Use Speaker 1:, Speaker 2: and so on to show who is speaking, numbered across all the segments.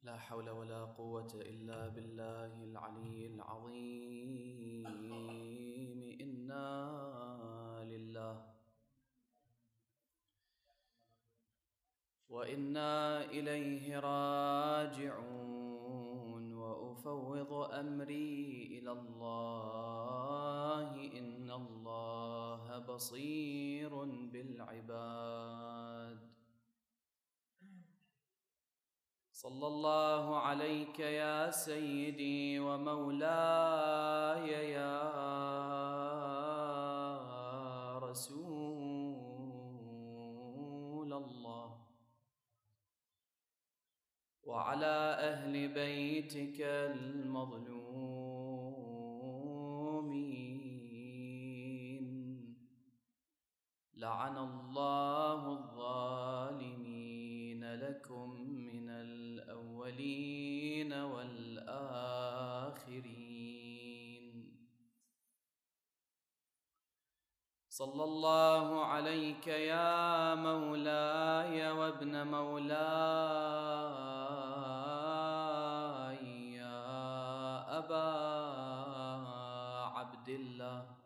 Speaker 1: لا حول ولا قوة إلا بالله العلي العظيم. إنا لله وإنا إليه راجعون. وأفوض أمري إلى الله إن الله بصير بالعباد. صلى الله عليك يا سيدي ومولاي يا رسول الله، وعلى أهل بيتك المظلومين. لعن الله الظالمين لكم من الأولين والآخرين. صلى الله عليك يا مولاي وابن مولاي يا أبا عبد الله،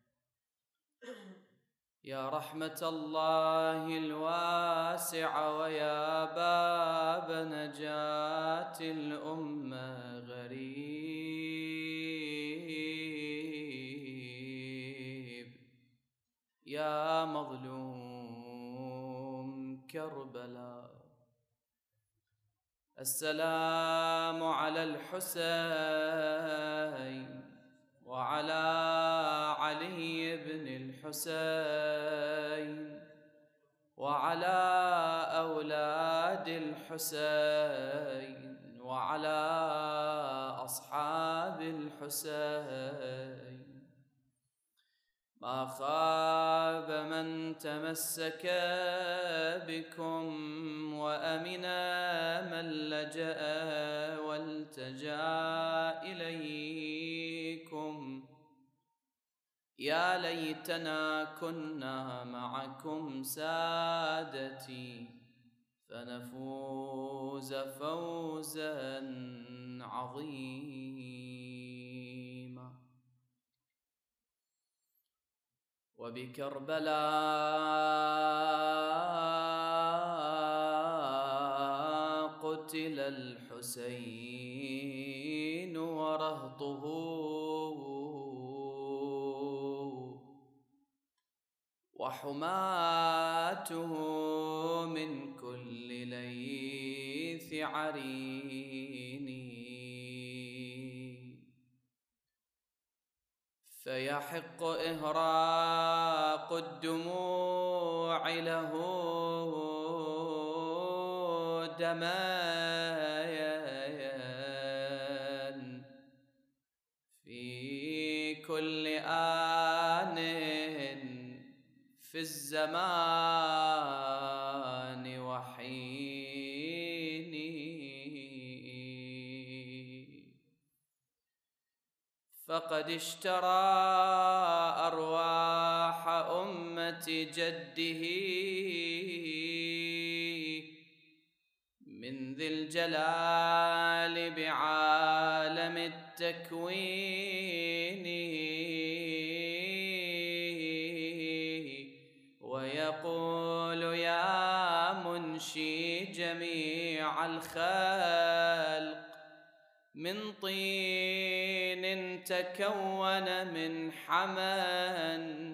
Speaker 1: يا رحمة الله الواسعة ويا باب نجاة الأمة غريب، يا مظلوم كربلاء. السلام على الحسين وعلى علي بن الحسين وعلى أولاد الحسين وعلى أصحاب الحسين. ما خاب من تمسك بكم وأمن من لجأ والتجا إليكم. يا ليتنا كنا معكم سادتي فنفوز فوزا عظيما. وبكربلاء قتل الحسين ورهطه، وحماته من كل ليث عريني. فيحق إهراق الدموع له دمايا في كل آن في الزمان وحين. فقد اشترى أرواح أمة جده من ذي الجلال بعالم التكوين. ويقول يا منشي جميع الخلق من طين تكون من حمى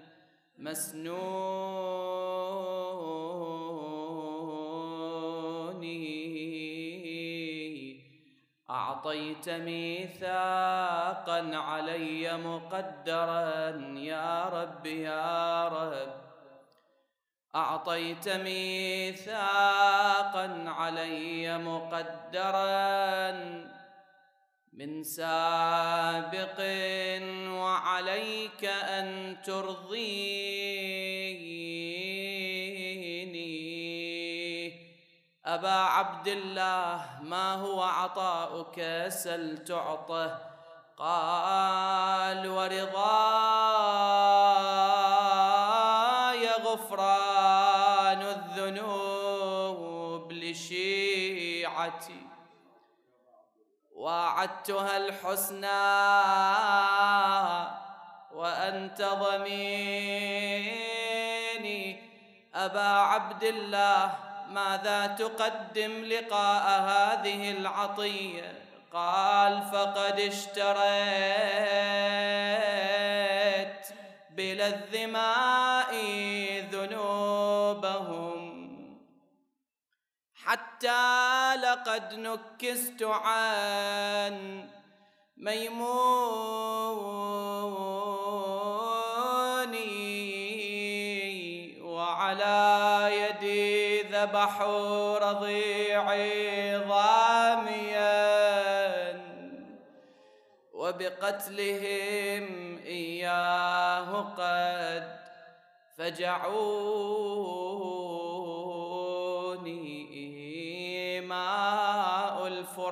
Speaker 1: مسنون. أعطيت ميثاقا علي مقدرا يا رب يا رب، أعطيت ميثاقا علي مقدرا من سابق، وعليك أن ترضيني. أبا عبد الله ما هو عطاؤك؟ سل تعطه. قال ورضاي غفران الذنوب لشيعتي واعدتها الحسنى وأنت ضميني. أبا عبد الله ماذا تقدم لقاء هذه العطية؟ قال فقد اشتريت بلا الظماء ذنوبهم، حتى لقد نكست عن ميموني، وعلى يدي ذبحوا رضيعي ضاميا، وبقتلهم إياه قد فجعوني. ماء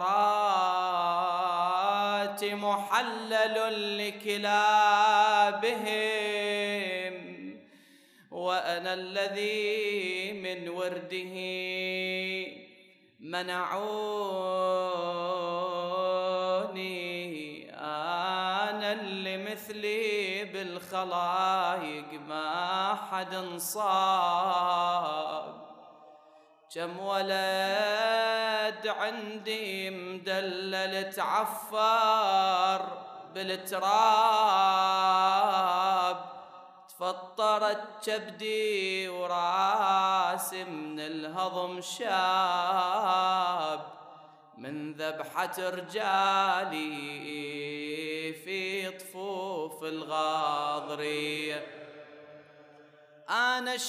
Speaker 1: الفرات محلل لكلابهم، وأنا الذي من ورده منعوني. أنا اللي مثلي بالخلايق ما حد صاب، كم ولد عندي مدلل تعفر بالتراب، تفطرت كبدي وراسي من الهضم شاب، من ذبحة رجالي في طفوف الغاضرية. أنا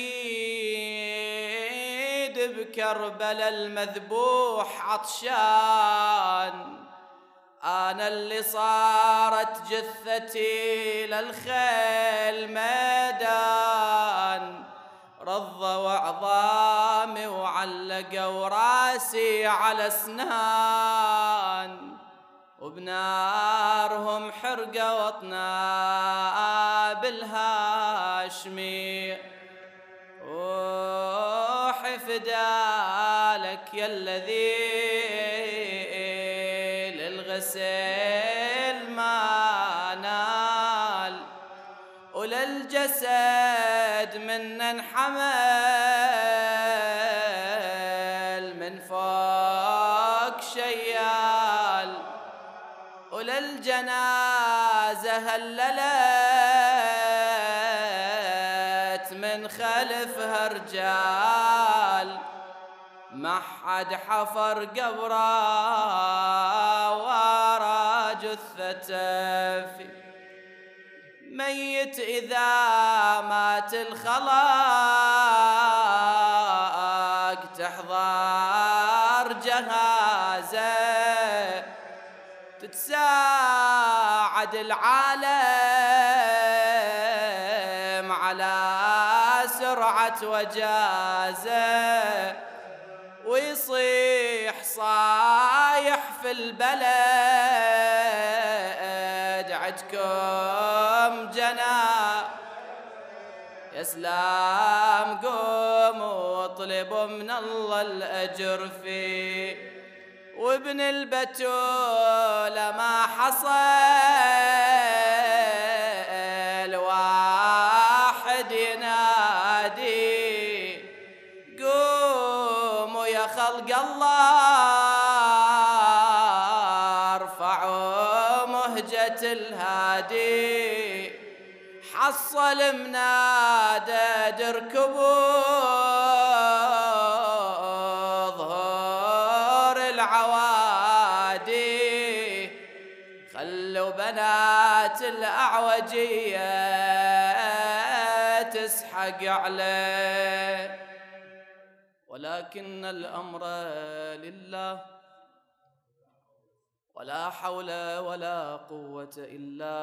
Speaker 1: الشهيد بكربلاء المذبوح عطشان، أنا اللي صارت جثتي للخيل ميدان، رضوا عظامي وعلقوا راسي على اسنان، وبنارهم حرقة وطنا بالهاشمي. روحي فدالك يا الذي للغسيل ما نال، وللجسد من انحمل من فوق شيال، وللجنازة هللت من خلفها رجال، ما حد حفر قبره ورا جثته. ميت إذا مات الخلاق تحضر جهازه، تتساعد العالم على سرعة وجازه، ويصيح صايح في البلد عدكم جنا يا سلام، قوموا واطلبوا من الله الأجر فيه. وابن البتول ما حصل واحد ينادي، قوموا يا خلق الله ارفعوا مهجة الهادي، حصل منادى اركبوا ظهور العوادي، خلوا بنات الأعوجية تسحق عليه. ولكن الأمر لله، ولا حول ولا قوة إلا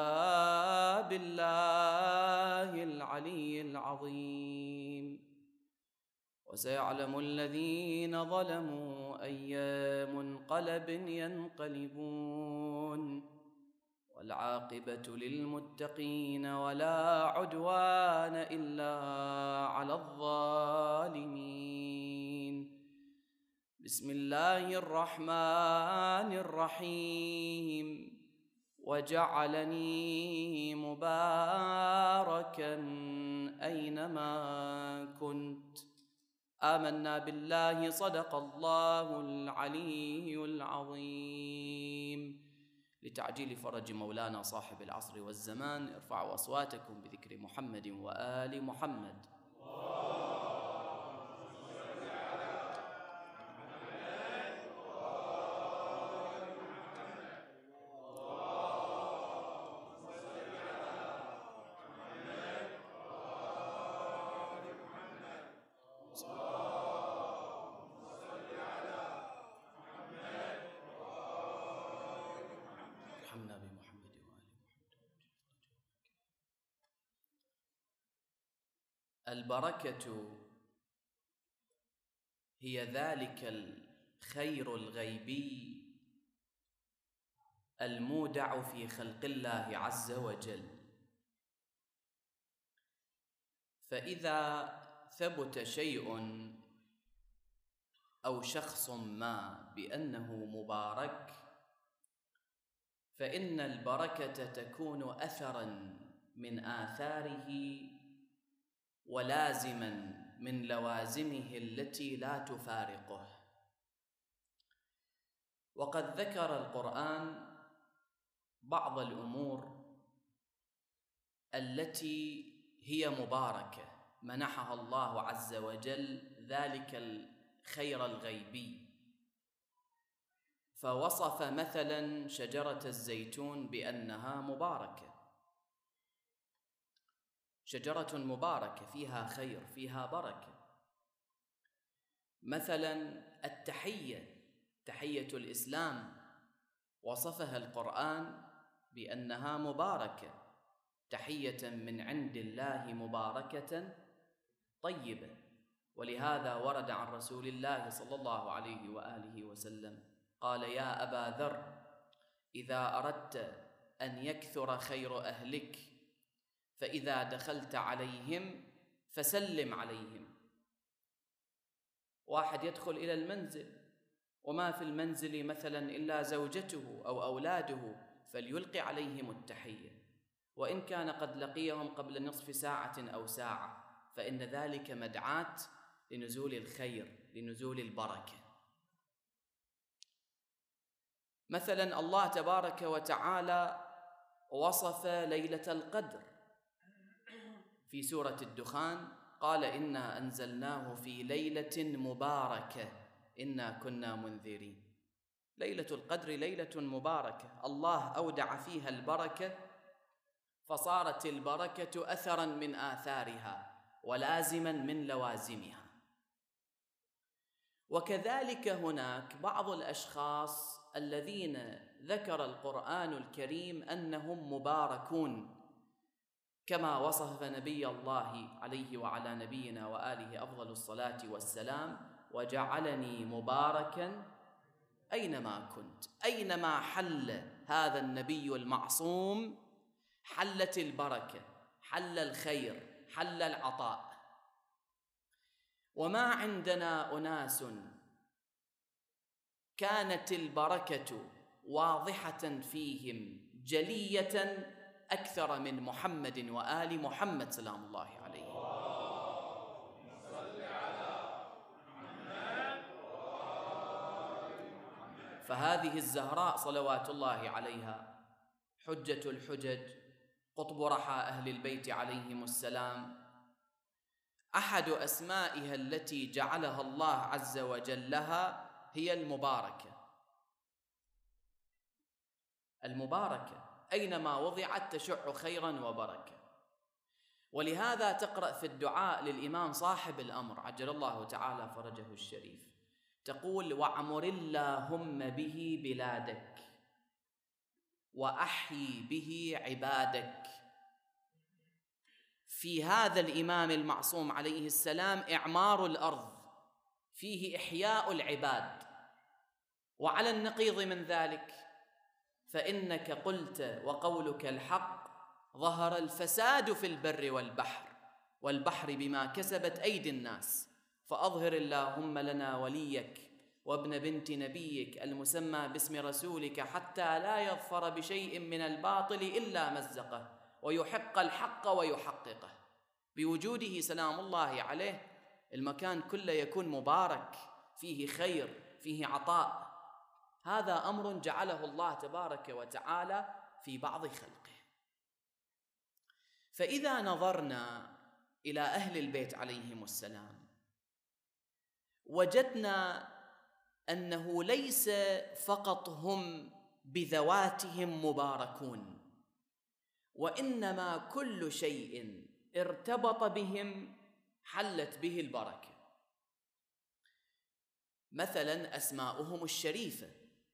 Speaker 1: بالله العلي العظيم. وسيعلم الذين ظلموا أي منقلب ينقلبون، والعاقبة للمتقين ولا عدوان إلا على الظالمين. بسم الله الرحمن الرحيم وجعلني مباركا أينما كنت آمنا بالله صدق الله العلي العظيم. لتعجيل فرج مولانا صاحب العصر والزمان ارفعوا أصواتكم بذكر محمد وآل محمد. البركة هي ذلك الخير الغيبي المودع في خلق الله عز وجل، فإذا ثبت شيء أو شخص ما بأنه مبارك فإن البركة تكون أثراً من آثاره ولازماً من لوازمه التي لا تفارقه. وقد ذكر القرآن بعض الأمور التي هي مباركة منحها الله عز وجل ذلك الخير الغيبي، فوصف مثلاً شجرة الزيتون بأنها مباركة، شجرة مباركة فيها خير فيها بركة. مثلا تحية الإسلام وصفها القرآن بأنها مباركة، تحية من عند الله مباركة طيبة. ولهذا ورد عن رسول الله صلى الله عليه وآله وسلم قال: يا أبا ذر، إذا أردت أن يكثر خير أهلك فإذا دخلت عليهم فسلم عليهم. واحد يدخل إلى المنزل وما في المنزل مثلا إلا زوجته أو أولاده فليلقي عليهم التحية، وإن كان قد لقيهم قبل نصف ساعة أو ساعة، فإن ذلك مدعاة لنزول الخير لنزول البركة. مثلا الله تبارك وتعالى وصف ليلة القدر في سورة الدخان، قال: إنا أنزلناه في ليلة مباركة إنا كنا منذرين. ليلة القدر ليلة مباركة الله أودع فيها البركة، فصارت البركة أثراً من آثارها ولازماً من لوازمها. وكذلك هناك بعض الأشخاص الذين ذكر القرآن الكريم أنهم مباركون، كما وصف نبي الله عليه وعلى نبينا وآله أفضل الصلاة والسلام: وجعلني مباركاً أينما كنت. أينما حل هذا النبي المعصوم حلت البركة، حل الخير، حل العطاء. وما عندنا أناس كانت البركة واضحة فيهم جلية أكثر من محمد وآل محمد سلام الله عليه. فهذه الزهراء صلوات الله عليها حجة الحجج، قطب رحى أهل البيت عليهم السلام، أحد أسمائها التي جعلها الله عز وجل لها هي المباركة. المباركة أينما وضعت تشع خيراً وبركة. ولهذا تقرأ في الدعاء للإمام صاحب الأمر عجل الله تعالى فرجه الشريف، تقول: وعمر اللهم به بلادك وأحيي به عبادك. في هذا الإمام المعصوم عليه السلام إعمار الأرض، فيه إحياء العباد. وعلى النقيض من ذلك فإنك قلت وقولك الحق: ظهر الفساد في البر والبحر بما كسبت أيدي الناس، فأظهر اللهم لنا وليك وابن بنت نبيك المسمى باسم رسولك حتى لا يظفر بشيء من الباطل إلا مزقه ويحق الحق ويحققه. بوجوده سلام الله عليه المكان كله يكون مبارك، فيه خير، فيه عطاء. هذا أمر جعله الله تبارك وتعالى في بعض خلقه. فإذا نظرنا إلى أهل البيت عليهم السلام وجدنا أنه ليس فقط هم بذواتهم مباركون، وإنما كل شيء ارتبط بهم حلت به البركة. مثلا أسماؤهم الشريفة،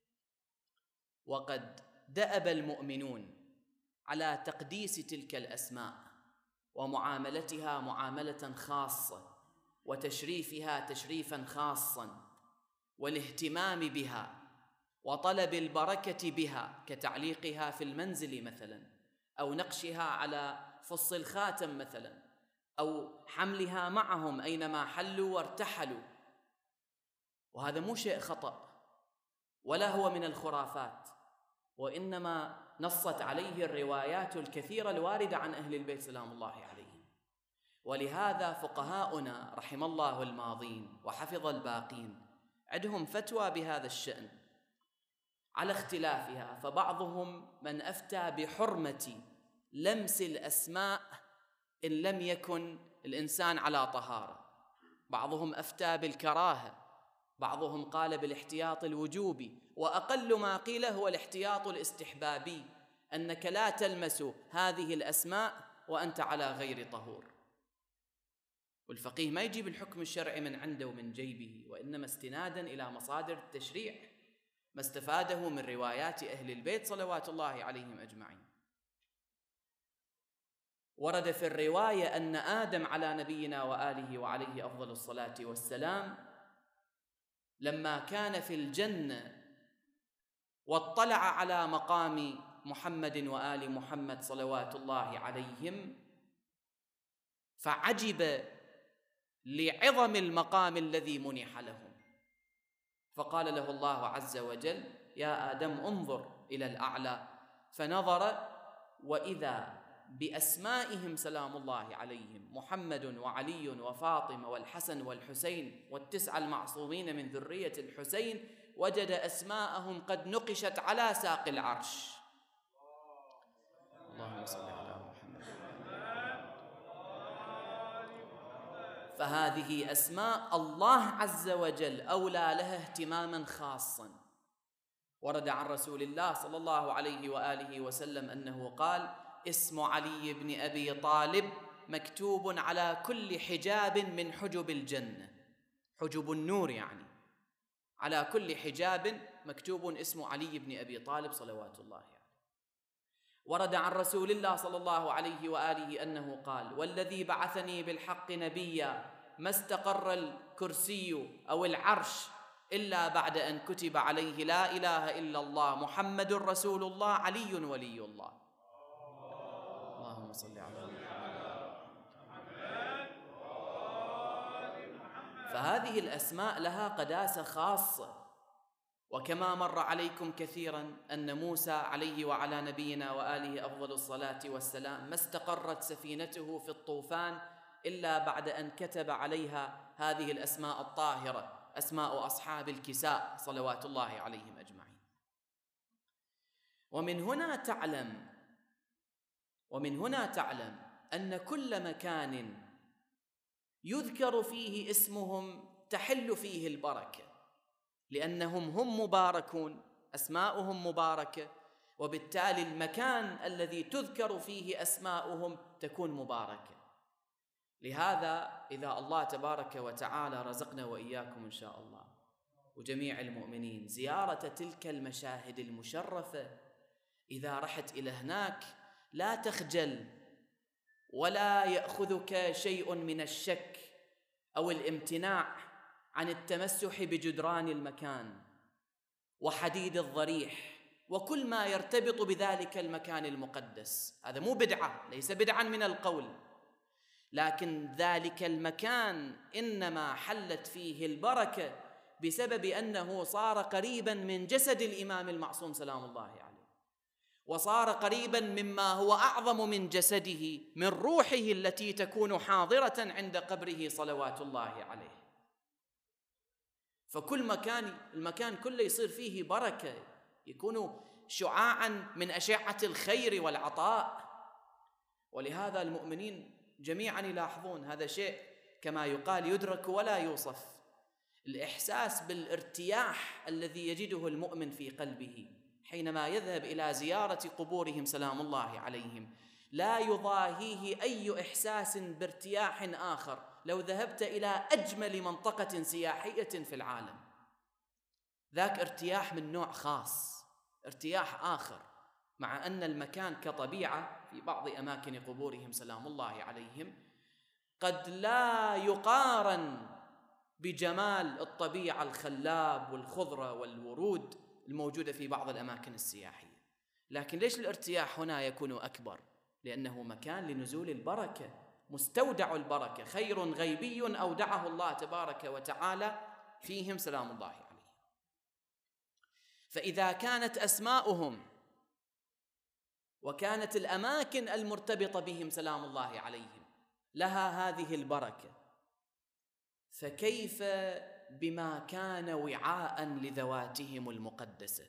Speaker 1: وقد دأب المؤمنون على تقديس تلك الأسماء ومعاملتها معاملة خاصة وتشريفها تشريفا خاصا والاهتمام بها وطلب البركة بها، كتعليقها في المنزل مثلا، أو نقشها على فص الخاتم مثلا، أو حملها معهم أينما حلوا وارتحلوا. وهذا مو شيء خطأ ولا هو من الخرافات، وإنما نصت عليه الروايات الكثيرة الواردة عن أهل البيت سلام الله عليهم. ولهذا فقهاؤنا رحم الله الماضين وحفظ الباقين عندهم فتوى بهذا الشأن على اختلافها، فبعضهم من أفتى بحرمة لمس الأسماء إن لم يكن الإنسان على طهارة، بعضهم أفتى بالكراهة، بعضهم قال بالاحتياط الوجوبي، وأقل ما قيل هو الاحتياط الاستحبابي، أنك لا تلمس هذه الأسماء وأنت على غير طهور. والفقيه ما يجيب الحكم الشرعي من عنده ومن جيبه، وإنما استنادا إلى مصادر التشريع ما استفاده من روايات أهل البيت صلوات الله عليهم أجمعين. ورد في الرواية أن آدم على نبينا وآله وعليه أفضل الصلاة والسلام لما كان في الجنة واطلع على مقام محمد وآل محمد صلوات الله عليهم فعجب لعظم المقام الذي منح لهم، فقال له الله عز وجل: يا آدم انظر إلى الأعلى، فنظر وإذا بأسمائهم سلام الله عليهم محمد وعلي وفاطمة والحسن والحسين والتسعة المعصومين من ذرية الحسين، وجد أسماءهم قد نقشت على ساق العرش. اللهم صل على محمد. فهذه أسماء الله عز وجل أولى لها اهتماما خاصا. ورد عن رسول الله صلى الله عليه وآله وسلم أنه قال: اسم علي بن أبي طالب مكتوب على كل حجاب من حجب الجنة، حجب النور يعني، على كل حجاب مكتوب اسم علي بن أبي طالب صلوات الله عليه. ورد عن رسول الله صلى الله عليه وآله أنه قال: والذي بعثني بالحق نبيا ما استقر الكرسي أو العرش إلا بعد أن كتب عليه لا إله إلا الله محمد رسول الله علي ولي الله. اللهم صل على محمد. فهذه الأسماء لها قداسة خاصة. وكما مر عليكم كثيرا أن موسى عليه وعلى نبينا وآله أفضل الصلاة والسلام ما استقرت سفينته في الطوفان إلا بعد أن كتب عليها هذه الأسماء الطاهرة، أسماء أصحاب الكساء صلوات الله عليهم أجمعين. ومن هنا تعلم أن كل مكان يذكر فيه اسمهم تحل فيه البركة، لأنهم هم مباركون، أسماؤهم مباركة، وبالتالي المكان الذي تذكر فيه أسماؤهم تكون مباركة. لهذا إذا الله تبارك وتعالى رزقنا وإياكم إن شاء الله وجميع المؤمنين زيارة تلك المشاهد المشرفة، إذا رحت إلى هناك لا تخجل ولا يأخذك شيء من الشك أو الامتناع عن التمسح بجدران المكان وحديد الضريح وكل ما يرتبط بذلك المكان المقدس. هذا مو بدعة، ليس بدعا من القول، لكن ذلك المكان إنما حلت فيه البركة بسبب أنه صار قريبا من جسد الإمام المعصوم سلام الله عليه، وصار قريبا مما هو أعظم من جسده، من روحه التي تكون حاضرة عند قبره صلوات الله عليه. فكل المكان كله يصير فيه بركة، يكون شعاعا من أشعة الخير والعطاء. ولهذا المؤمنين جميعا يلاحظون هذا شيء كما يقال يدرك ولا يوصف، الإحساس بالارتياح الذي يجده المؤمن في قلبه حينما يذهب إلى زيارة قبورهم سلام الله عليهم. لا يضاهيه أي إحساس بارتياح آخر لو ذهبت إلى أجمل منطقة سياحية في العالم. ذاك ارتياح من نوع خاص، ارتياح آخر، مع أن المكان كطبيعة في بعض أماكن قبورهم سلام الله عليهم قد لا يقارن بجمال الطبيعة الخلاب والخضرة والورود الموجودة في بعض الأماكن السياحية. لكن ليش الارتياح هنا يكون أكبر؟ لأنه مكان لنزول البركة، مستودع البركة، خير غيبي أودعه الله تبارك وتعالى فيهم سلام الله عليه. فإذا كانت أسماؤهم وكانت الأماكن المرتبطة بهم سلام الله عليهم لها هذه البركة، فكيف بما كان وعاء لذواتهم المقدسة،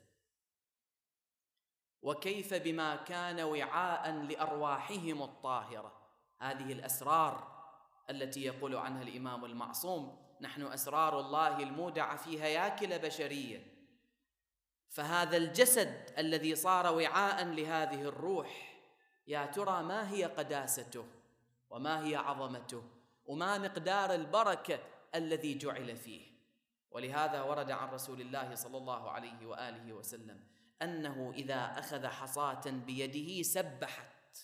Speaker 1: وكيف بما كان وعاء لأرواحهم الطاهرة. هذه الأسرار التي يقول عنها الإمام المعصوم نحن أسرار الله المودعة في هياكل بشرية. فهذا الجسد الذي صار وعاء لهذه الروح، يا ترى ما هي قداسته وما هي عظمته وما مقدار البركة الذي جعل فيه. ولهذا ورد عن رسول الله صلى الله عليه وآله وسلم أنه إذا أخذ حصاة بيده سبحت.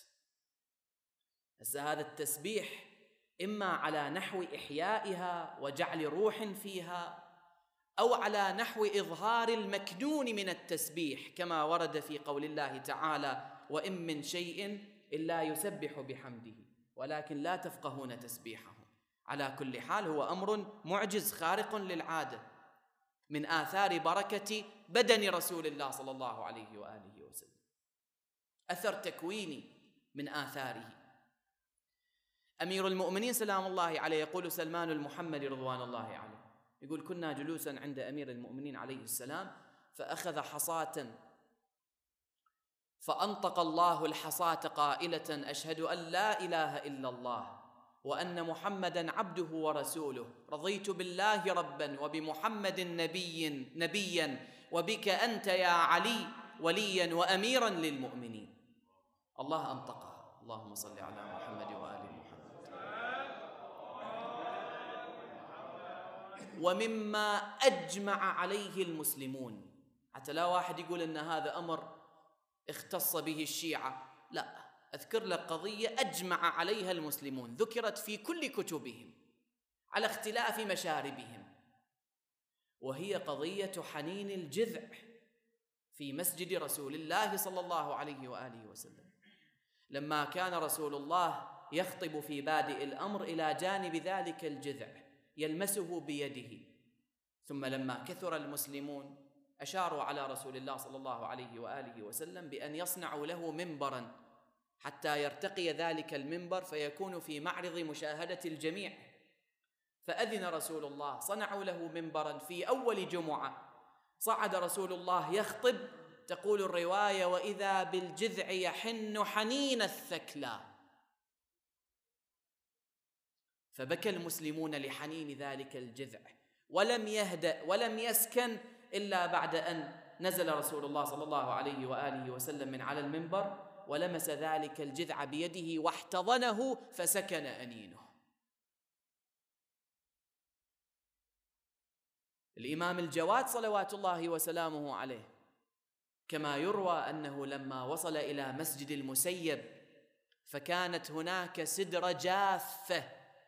Speaker 1: هذا التسبيح إما على نحو إحيائها وجعل روح فيها، أو على نحو إظهار المكنون من التسبيح، كما ورد في قول الله تعالى وإن من شيء إلا يسبح بحمده ولكن لا تفقهون تسبيحه. على كل حال هو أمر معجز خارق للعادة من آثار بركة بدن رسول الله صلى الله عليه وآله وسلم، أثر تكويني من آثاره. أمير المؤمنين سلام الله عليه يقول سلمان المحمدي رضوان الله عليه، يقول كنا جلوسا عند أمير المؤمنين عليه السلام فأخذ حصاة فأنطق الله الحصاة قائلة أشهد أن لا إله إلا الله وأن محمدا عبده ورسوله، رضيت بالله ربا وبمحمد نبيا وبك أنت يا علي وليا وأميرا للمؤمنين. الله أنطقها. اللهم صل على محمد وآل محمد. ومما أجمع عليه المسلمون، حتى لا واحد يقول أن هذا أمر اختص به الشيعة، لا، أذكر لك قضية أجمع عليها المسلمون، ذكرت في كل كتبهم على اختلاف مشاربهم، وهي قضية حنين الجذع في مسجد رسول الله صلى الله عليه وآله وسلم. لما كان رسول الله يخطب في بادئ الأمر إلى جانب ذلك الجذع يلمسه بيده، ثم لما كثر المسلمون أشاروا على رسول الله صلى الله عليه وآله وسلم بأن يصنعوا له منبرا حتى يرتقي ذلك المنبر فيكون في معرض مشاهدة الجميع. فأذن رسول الله، صنعوا له منبرا في أول جمعة، صعد رسول الله يخطب، تقول الرواية وإذا بالجذع يحن حنين الثكلى، فبكى المسلمون لحنين ذلك الجذع، ولم يهدأ ولم يسكن إلا بعد أن نزل رسول الله صلى الله عليه وآله وسلم من على المنبر ولمس ذلك الجذع بيده واحتضنه فسكن أنينه. الإمام الجواد صلوات الله وسلامه عليه كما يروى أنه لما وصل إلى مسجد المسيب فكانت هناك سدرة جافة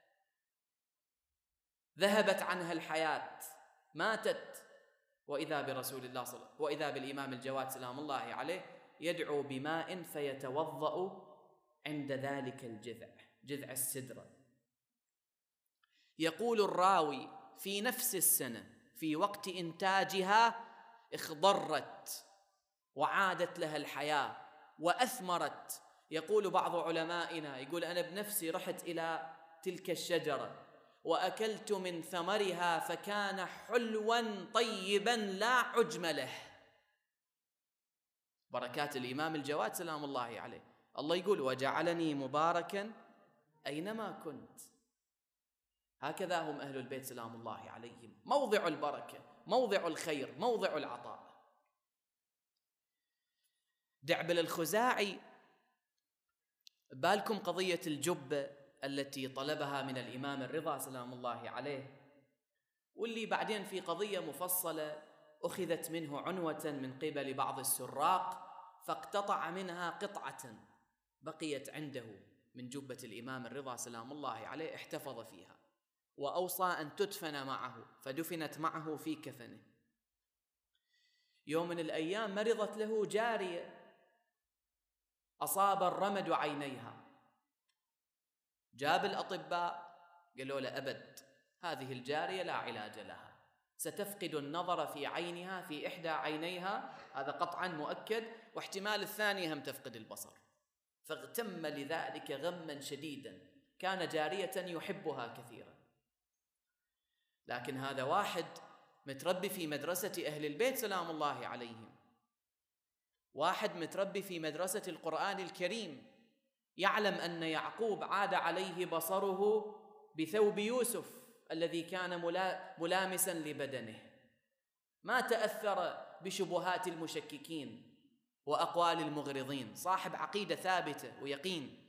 Speaker 1: ذهبت عنها الحياة، ماتت، وإذا بالإمام الجواد سلام الله عليه يدعو بماء فيتوضأ عند ذلك الجذع، جذع السدرة. يقول الراوي في نفس السنة في وقت إنتاجها اخضرت وعادت لها الحياة وأثمرت. يقول بعض علمائنا، يقول أنا بنفسي رحت إلى تلك الشجرة وأكلت من ثمرها فكان حلوا طيبا لا عجم له. بركات الإمام الجواد سلام الله عليه. الله يقول وجعلني مباركا أينما كنت. هكذا هم أهل البيت سلام الله عليهم، موضع البركة، موضع الخير، موضع العطاء. دعبل الخزاعي، بالكم قضية الجبة التي طلبها من الإمام الرضا سلام الله عليه، واللي بعدين في قضية مفصلة أخذت منه عنوة من قبل بعض السراق، فاقتطع منها قطعة بقيت عنده من جبة الإمام الرضا سلام الله عليه، احتفظ فيها وأوصى أن تدفن معه، فدفنت معه في كفنه. يوم من الأيام مرضت له جارية أصاب الرمد عينيها، جاب الأطباء قالوا له أبد، هذه الجارية لا علاج لها، ستفقد النظر في عينها، في إحدى عينيها، هذا قطعا مؤكد، واحتمال الثانية هم تفقد البصر. فاغتم لذلك غما شديدا، كان جارية يحبها كثيرا. لكن هذا واحد متربي في مدرسة أهل البيت سلام الله عليهم، واحد متربي في مدرسة القرآن الكريم، يعلم أن يعقوب عاد عليه بصره بثوب يوسف الذي كان ملامسا لبدنه، ما تأثر بشبهات المشككين وأقوال المغرضين، صاحب عقيدة ثابتة ويقين.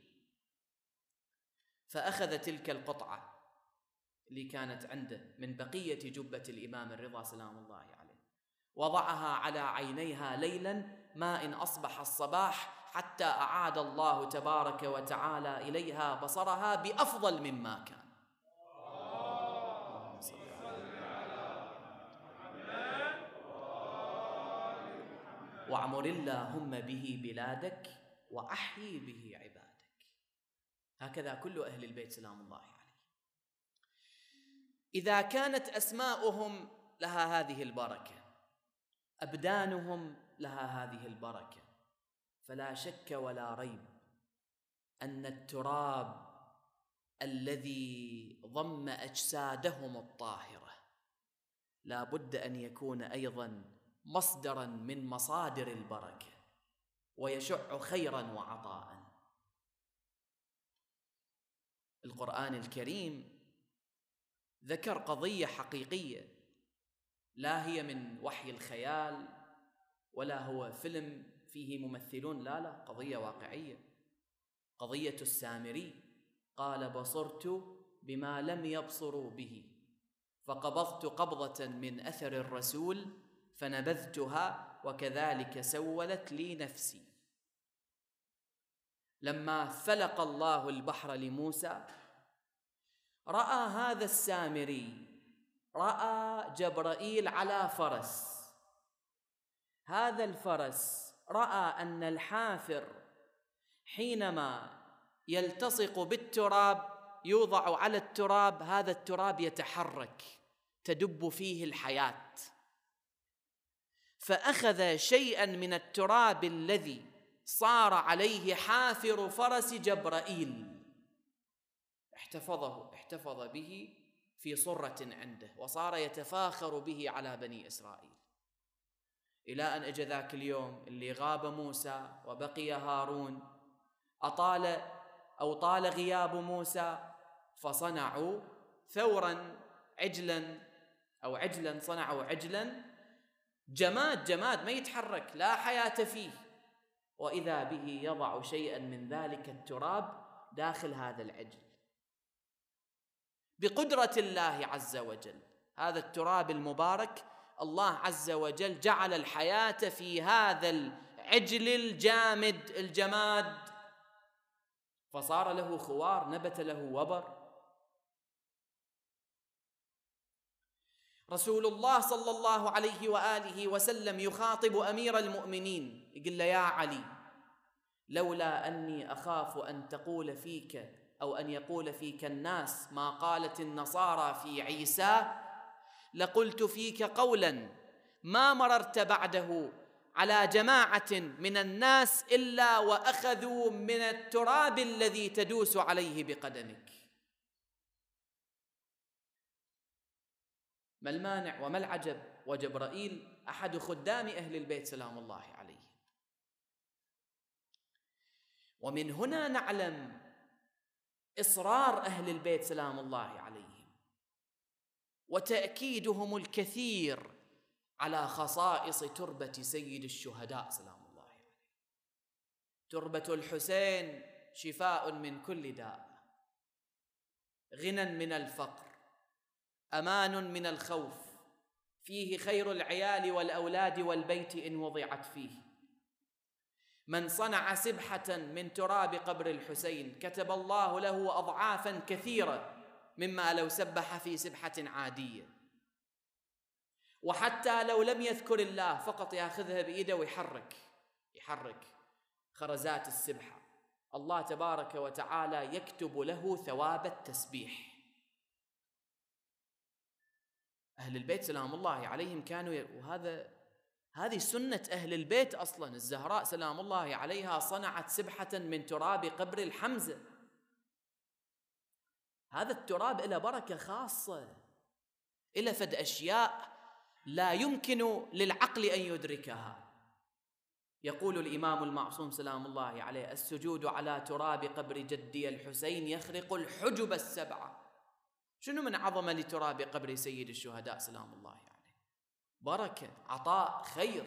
Speaker 1: فأخذ تلك القطعة اللي كانت عنده من بقية جبة الإمام الرضا سلام الله عليه، وضعها على عينيها ليلا، ما إن أصبح الصباح حتى أعاد الله تبارك وتعالى إليها بصرها بأفضل مما كان. اللهم صل على محمد وأعمر اللهم به بلادك وأحيي به عبادك. هكذا كل أهل البيت سلام الله عليه. إذا كانت أسماؤهم لها هذه البركة، أبدانهم لها هذه البركة، فلا شك ولا ريب أن التراب الذي ضم أجسادهم الطاهرة لا بد أن يكون أيضا مصدرا من مصادر البركة ويشع خيرا وعطاء. القرآن الكريم ذكر قضية حقيقية، لا هي من وحي الخيال ولا هو فيلم فيه ممثلون، لا، قضية واقعية. قضية السامري، قال بصرت بما لم يبصروا به فقبضت قبضة من أثر الرسول فنبذتها وكذلك سولت لي نفسي. لما فلق الله البحر لموسى رأى هذا السامري، رأى جبرائيل على فرس، هذا الفرس رأى أن الحافر حينما يلتصق بالتراب يوضع على التراب، هذا التراب يتحرك، تدب فيه الحياة، فأخذ شيئا من التراب الذي صار عليه حافر فرس جبرائيل، احتفظ به في صرة عنده، وصار يتفاخر به على بني إسرائيل، إلى أن أجى ذاك اليوم اللي غاب موسى وبقي هارون، طال غياب موسى، فصنعوا ثورا عجلا، صنعوا عجلا جماد ما يتحرك، لا حياة فيه، وإذا به يضع شيئا من ذلك التراب داخل هذا العجل بقدرة الله عز وجل. هذا التراب المبارك الله عز وجل جعل الحياة في هذا العجل الجماد، فصار له خوار، نبت له وبر. رسول الله صلى الله عليه وآله وسلم يخاطب أمير المؤمنين، يقول له يا علي، لولا أني أخاف أن تقول فيك أو أن يقول فيك الناس ما قالت النصارى في عيسى لقلت فيك قولا ما مررت بعده على جماعة من الناس إلا وأخذوا من التراب الذي تدوس عليه بقدمك. ما المانع وما العجب وجبرائيل أحد خدام أهل البيت سلام الله عليه. ومن هنا نعلم إصرار أهل البيت سلام الله عليهم وتأكيدهم الكثير على خصائص تربة سيد الشهداء سلام الله عليه. تربة الحسين شفاء من كل داء، غنى من الفقر، أمان من الخوف، فيه خير العيال والأولاد والبيت إن وضعت فيه. من صنع سبحة من تراب قبر الحسين كتب الله له أضعافا كثيرة مما لو سبح في سبحة عادية. وحتى لو لم يذكر الله فقط يأخذها بإيده ويحرك خرزات السبحة، الله تبارك وتعالى يكتب له ثواب التسبيح. أهل البيت سلام الله عليهم كانوا هذه سنة أهل البيت أصلا. الزهراء سلام الله عليها صنعت سبحة من تراب قبر الحمزة. هذا التراب له بركة خاصة، له فد أشياء لا يمكن للعقل أن يدركها. يقول الإمام المعصوم سلام الله عليه: السجود على تراب قبر جدي الحسين يخرق الحجب السبعة. شنو من عظمة لتراب قبر سيد الشهداء سلام الله عليه؟ بركة، عطاء، خير.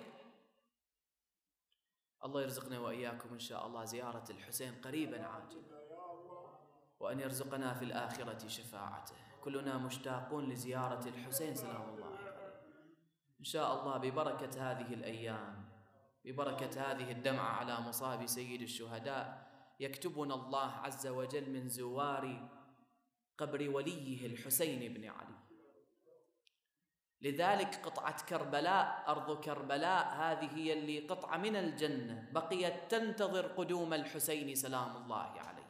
Speaker 1: الله يرزقنا وإياكم إن شاء الله زيارة الحسين قريبا عاجلا، وأن يرزقنا في الآخرة شفاعته. كلنا مشتاقون لزيارة الحسين سلام الله عليه إن شاء الله، ببركة هذه الأيام، ببركة هذه الدمعة على مصاب سيد الشهداء، يكتبنا الله عز وجل من زوار قبر وليه الحسين بن علي. لذلك قطعة كربلاء، أرض كربلاء، هذه هي اللي قطعة من الجنة بقيت تنتظر قدوم الحسين سلام الله عليه.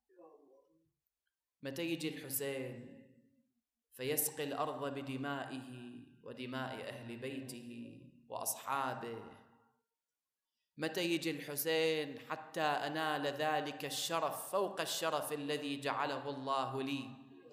Speaker 1: متى يجي الحسين فيسقي الأرض بدمائه ودماء أهل بيته وأصحابه؟ متى يجي الحسين حتى أنال ذلك الشرف فوق الشرف الذي جعله الله لي،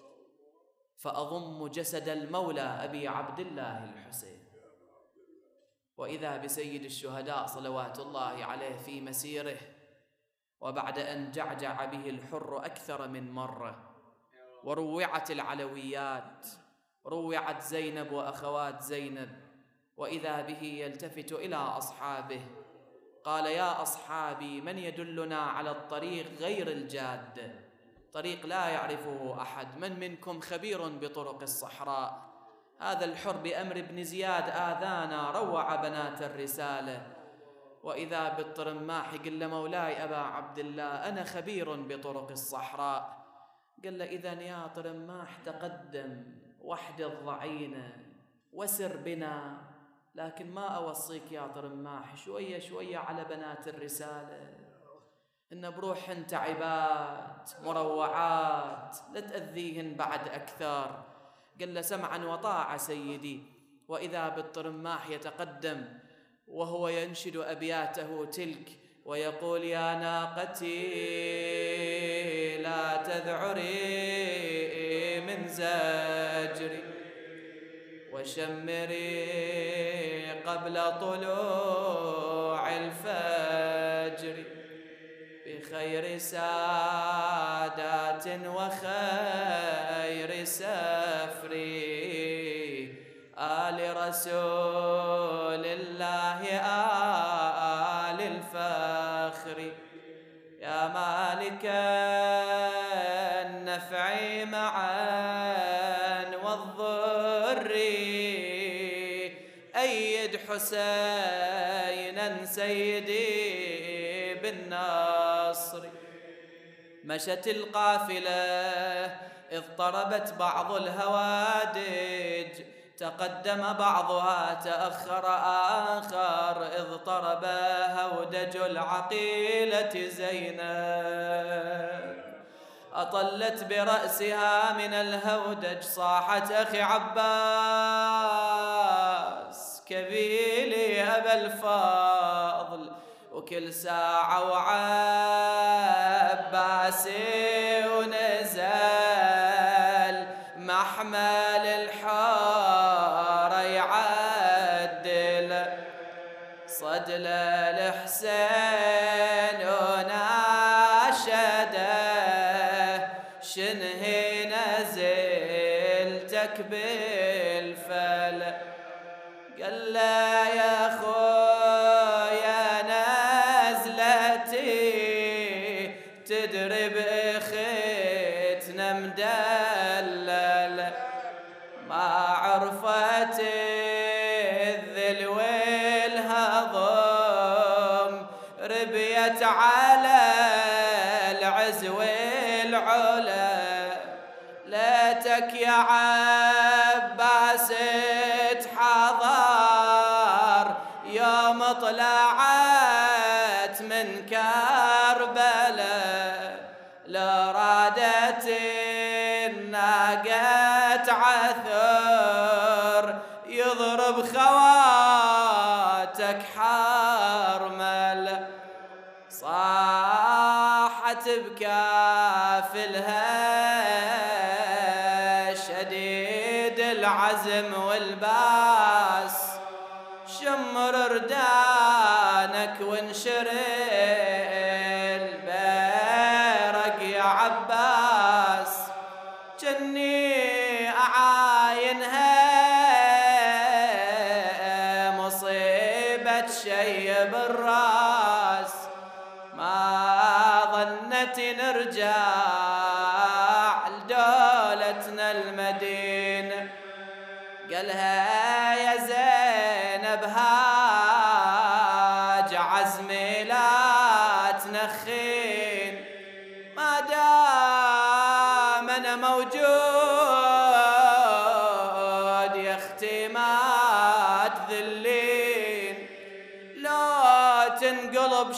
Speaker 1: فأضم جسد المولى أبي عبد الله الحسين، وإذا بسيد الشهداء صلوات الله عليه في مسيره، وبعد أن جعجع به الحر أكثر من مرة وروعت العلويات، روعت زينب وأخوات زينب، وإذا به يلتفت إلى أصحابه قال: يا أصحابي، من يدلنا على الطريق غير الجاد؟ طريق لا يعرفه أحد، من منكم خبير بطرق الصحراء؟ هذا الحر بأمر بن زياد آذانا، روع بنات الرسالة. وإذا بالطرماح قل له: مولاي أبا عبد الله، أنا خبير بطرق الصحراء. قال له: إذن يا طرماح تقدم وحد الضعينة وسر بنا، لكن ما أوصيك يا طرماح شوية شوية على بنات الرسالة، إن بروحهن تعبات مروعات، لا تأذيهن بعد أكثر. قال له: سمعا وطاعة سيدي. وإذا بالطرماح يتقدم وهو ينشد أبياته تلك ويقول: يا ناقتي لا تذعري من زجري، وشمري قبل طلوع الفجر، بخير سادات وخير سفري، آل رسول الله آل الفخر، يا مالك النفع معا والضر، أيد حسينا سيدي بالنصر. مشت القافلة إذ طربت بعض الهوادج، تقدم بعضها تأخر آخر، إذ طرب هودج العقيلة زينب. أطلت برأسها من الهودج صاحت أخي عباس كبيلي أبا الفاضل، وكل ساعة وعباسي ونزل محمل الحارة يعدل صدل الحسين وناشده شنهي نزلتك بالفل. قال له يا خويا نزلتي تدري بختنا مدلل، ما عرفت الذل والهضم ربيت على العز والعلا. ليتك يا عباس تحضر يوم طلعت من كربلاء، لو رادت الناقة عثر يضرب خواتك حرمل. صاحت بكافلها شديد العزم والباس، شمر ردانك وانشر البرق يا عباس، جني أعاينها مصيبة شي بالراس، ما ظنت نرجع لدولتنا المدينة. قالها يا زينب هاج عزمي لا تنخين، ما دام انا موجود يا اختي ما تذلين، لو تنقلب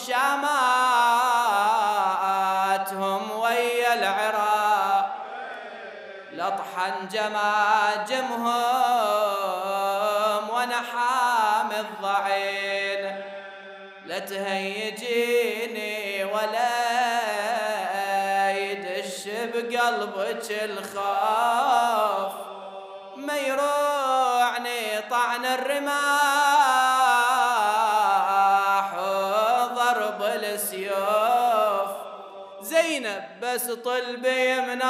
Speaker 1: شاماتهم ويا العراق لطحن جماجمهم وانا حامي الضعين. لا تهيجيني ولا يدش بقلبك الخوف، ما يروعني طعن الرماح وضرب السيوف. زينب بس طلبي من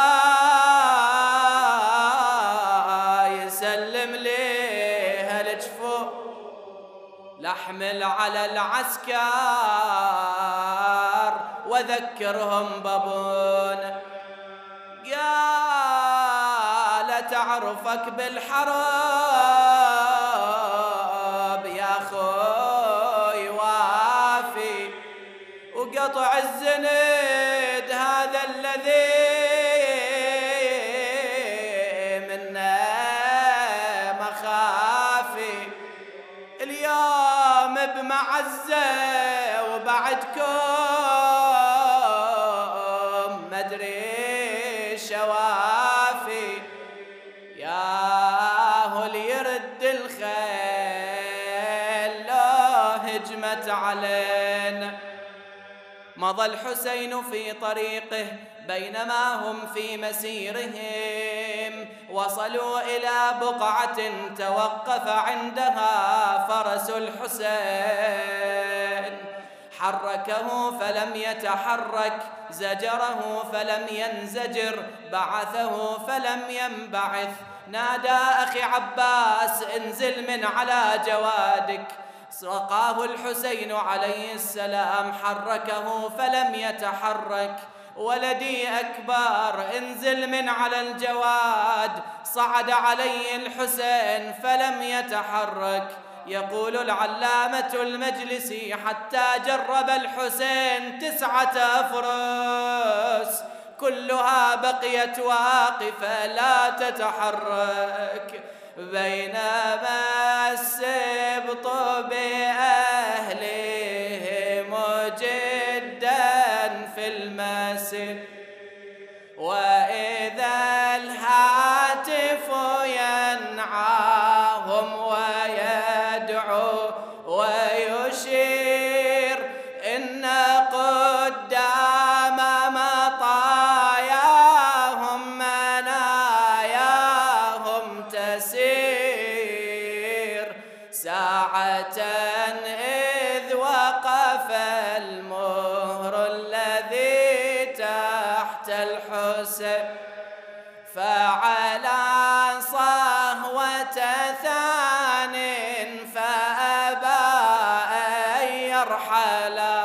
Speaker 1: الله يسلم ليها الجفوف، لأحمل على العسكر وذكرهم بابون. قال تعرفك بالحرب يا خوي وافي، وقطع الزند هذا الذي منا مخافي، اليوم بمعزة وبعدكم مدري شوافي، ياهو اللي يرد الخيل لو هجمت علينا. مضى الحسين في طريقه بينما هم في مسيرهم، وصلوا إلى بقعة توقف عندها فرس الحسين، حركه فلم يتحرك، زجره فلم ينزجر، بعثه فلم ينبعث. نادى أخي عباس انزل من على جوادك، سقاه الحسين عليه السلام، حركه فلم يتحرك. ولدي أكبر انزل من على الجواد، صعد عليه الحسين فلم يتحرك. يقول العلامة المجلسي حتى جرب الحسين 9 أفرس كلها بقيت واقفة لا تتحرك، بينما السبط بأهله مجدا في المسير. فالمهر الذي تحت الحسين فعلى صهوة ثان فأبى أن يرحلا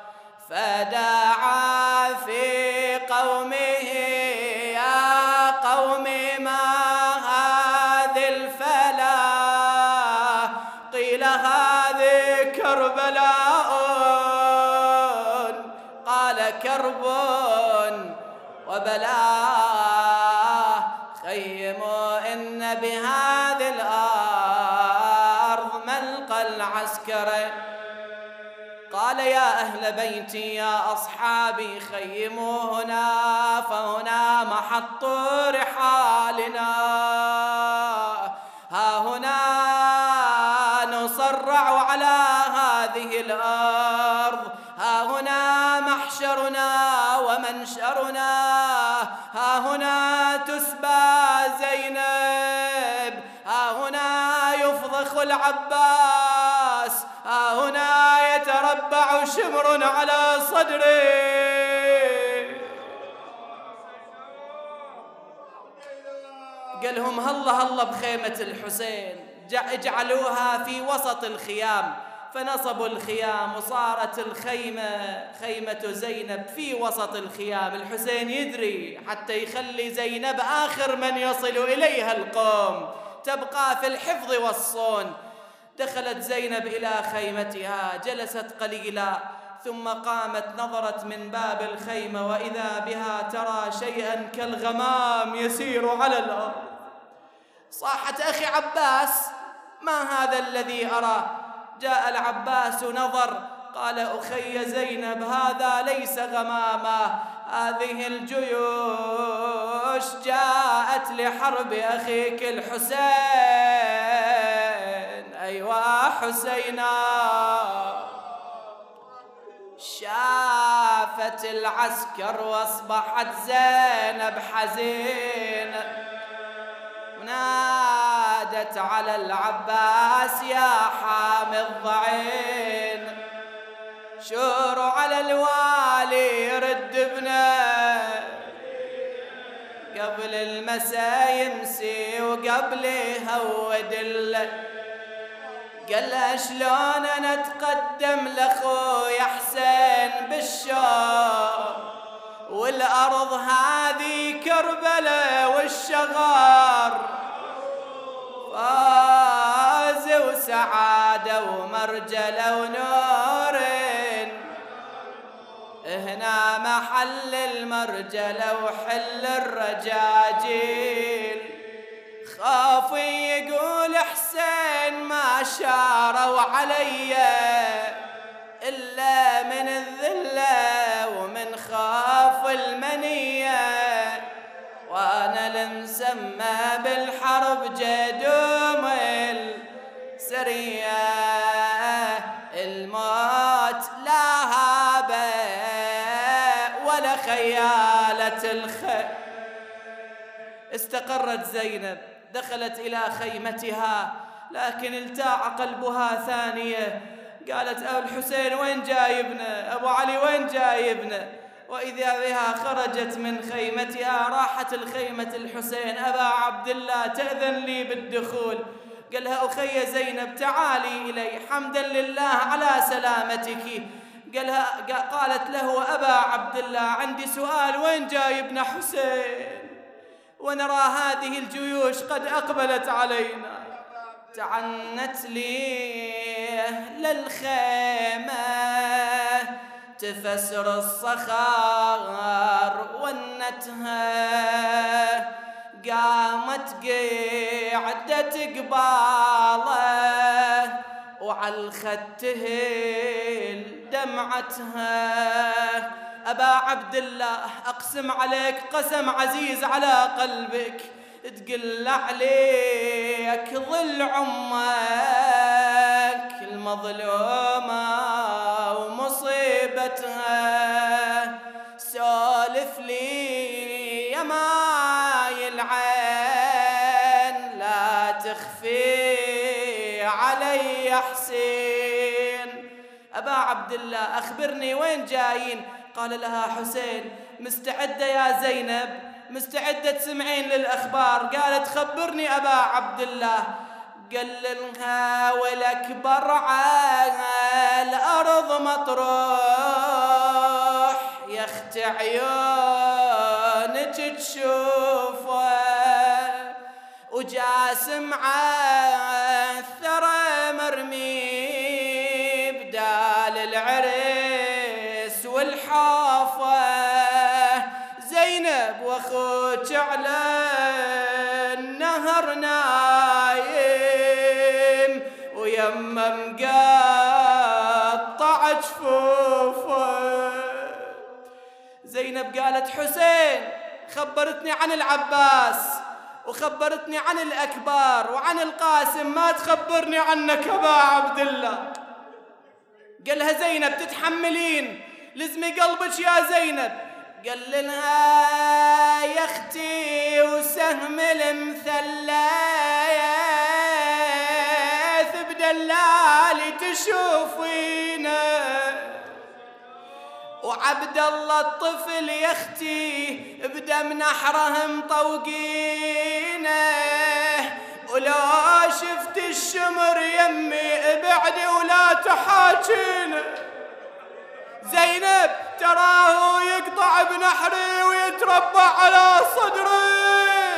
Speaker 1: فدعا في قومه يا قوم ما هذه الفلا قيل هذه كربلاء قال كرب وبلاء خيموا إن بهذه الأرض ملقى العسكر قال يا أهل بيتي يا أصحابي خيموا هنا فهنا محط رحالنا ها هنا نصرع على هذه الأرض ها هنا محشرنا ومنشرنا ها هنا تسبى زينب ها هنا يفضخ العباس ها هنا يتربع شمر على صدره قال لهم هلا بخيمة الحسين اجعلوها في وسط الخيام فنصبوا الخيام وصارت الخيمة خيمة زينب في وسط الخيام الحسين يدري حتى يخلي زينب آخر من يصل إليها القوم تبقى في الحفظ والصون دخلت زينب إلى خيمتها جلست قليلا ثم قامت نظرت من باب الخيمة وإذا بها ترى شيئا كالغمام يسير على الأرض صاحت أخي عباس ما هذا الذي أرى جاء العباس نظر قال أخي زينب هذا ليس غماما هذه الجيوش جاءت لحرب أخيك الحسين أيوا حسينا شافت العسكر واصبحت زينب حزينة ونادت على العباس يا حامي الضعين شوروا على الوالي يرد ابنه قبل المساء يمسي وقبل يهود قال له شلون انا اتقدم لاخويا حسين بالشوق والارض هذه كربلاء والشغار فاز وسعاده ومرجله ونور هنا محل المرجله وحل الرجاجيل خافوا يقول حسين ما شاروا علي إلا من الذلة ومن خاف المنية وأنا المسمى بالحرب جدوم السرية الموت لا هابة ولا خيالة الخير استقرت زينب دخلت إلى خيمتها لكن التاع قلبها ثانية قالت أبو الحسين وين جايبنا أبو علي وين جايبنا وإذا بها خرجت من خيمتها راحت الخيمة الحسين أبا عبد الله تأذن لي بالدخول قال لها أخي زينب تعالي إلي حمدا لله على سلامتك قالت له أبا عبد الله عندي سؤال وين جايبنا حسين ونرى هذه الجيوش قد أقبلت علينا تعنت لي للخيمة تفسر الصخر ونتها قامت قعدت قباله وعلى الخد دمعتها أبا عبد الله أقسم عليك قسم عزيز على قلبك تقل عليك ظل عمك المظلومة ومصيبتها سولف لي يا ماي العين لا تخفي علي حسين أبا عبد الله أخبرني وين جايين؟ قال لها حسين مستعدة يا زينب، مستعدة تسمعين للأخبار. قالت خبرني أبا عبد الله. قال لها والأكبر على الأرض مطروح، يا اخت عيونك تشوفه، وجاسم على الثرى مرمي بدال العرس والحافة. زينب واخوك على النهر نايم، ويما مقطع جفوفه. زينب قالت قالت حسين خبرتني عن العباس وخبرتني عن الأكبر وعن القاسم، ما تخبرني عنك أبا عبد الله. قالها زينب تتحملين لزمي قلبك يا زينب. قال لها يا اختي وسهم المثلث بدلالي تشوفينه، وعبد الله الطفل يا اختي بدم نحره مطوقينه، ولو شفت الشمر يمي ابعدي ولا تحاكينه. زينب تراه يقطع بنحري ويتربع على صدري.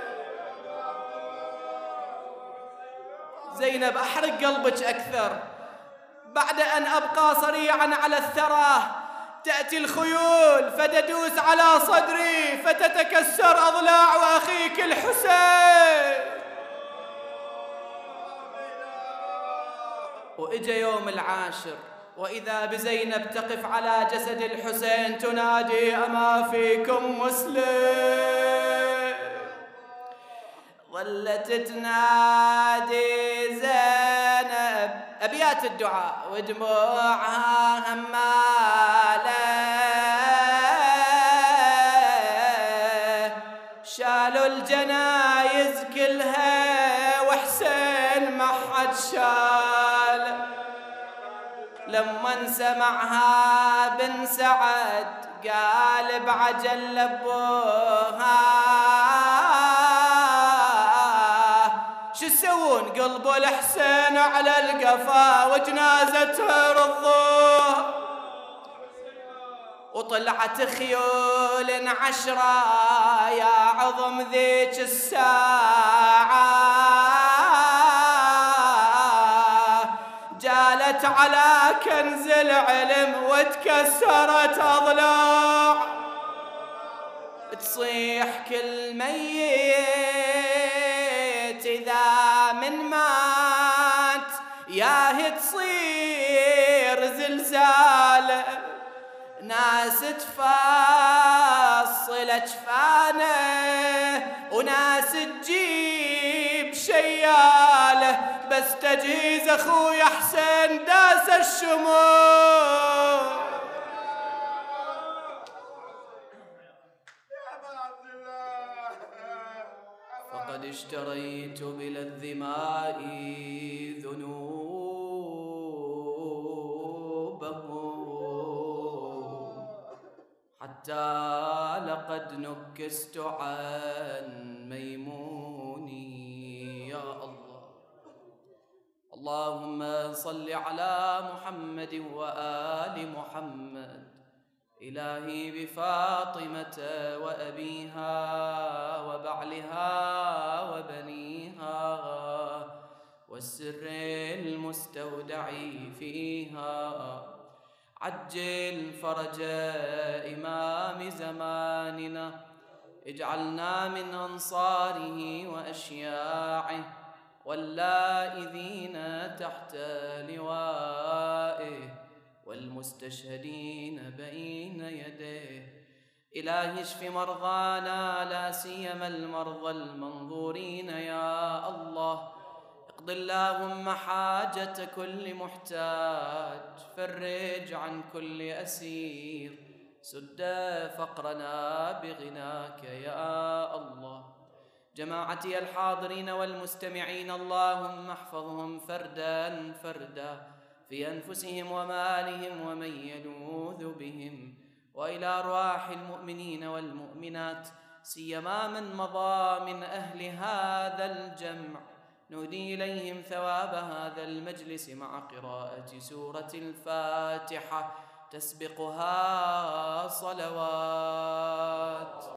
Speaker 1: زينب احرق قلبك اكثر. بعد ان ابقى صريعا على الثرى تأتي الخيول فتدوس على صدري فتتكسر أضلاع أخيك الحسين. وإجا يوم العاشر وإذا بزينب تقف على جسد الحسين تنادي أما فيكم مسلم. ظلت تنادي زينب أبيات الدعاء ودموعها همالة، شالوا الجنايز كلها وحسين ما حد شال. لما سمعها بن سعد قال بعجل لبوها شو يسوون؟ قلبوا الحسين على القفا وجنازته رضوه، وطلعت خيول 10 يا عظم ذيك الساعة، جالت على كنز العلم وتكسرت أضلاع. تصيح كل ميت إذا من مات ياه تصير زلزال، ناس تفصل أجفانه وناس تجيب شياله، بس تجهيز أخوي حسين داس الشموع. فقد اشتريت بلا الذماء ذنوبهم، حتى لقد نكست عن ميموني. يا الله، اللهم صل على محمد وآل محمد. إلهي بفاطمة وأبيها وبعلها وبنيها والسر المستودع فيها، عجل فرج إمام زماننا، اجعلنا من أنصاره وأشياعه واللائذين تحت لوائه والمستشهدين بين يديه. إلهي اشف مرضانا لا سيما المرضى المنظورين يا الله. اقض اللهم حاجة كل محتاج، فرج عن كل أسير، سد فقرنا بغناك يا الله. جماعتي الحاضرين والمستمعين اللهم احفظهم فردا فردا، في أنفسهم ومالهم ومن يلوذ بهم، وإلى أرواح المؤمنين والمؤمنات سيما من مضى من أهل هذا الجمع، نهدي إليهم ثواب هذا المجلس مع قراءة سورة الفاتحة تسبقها صلوات.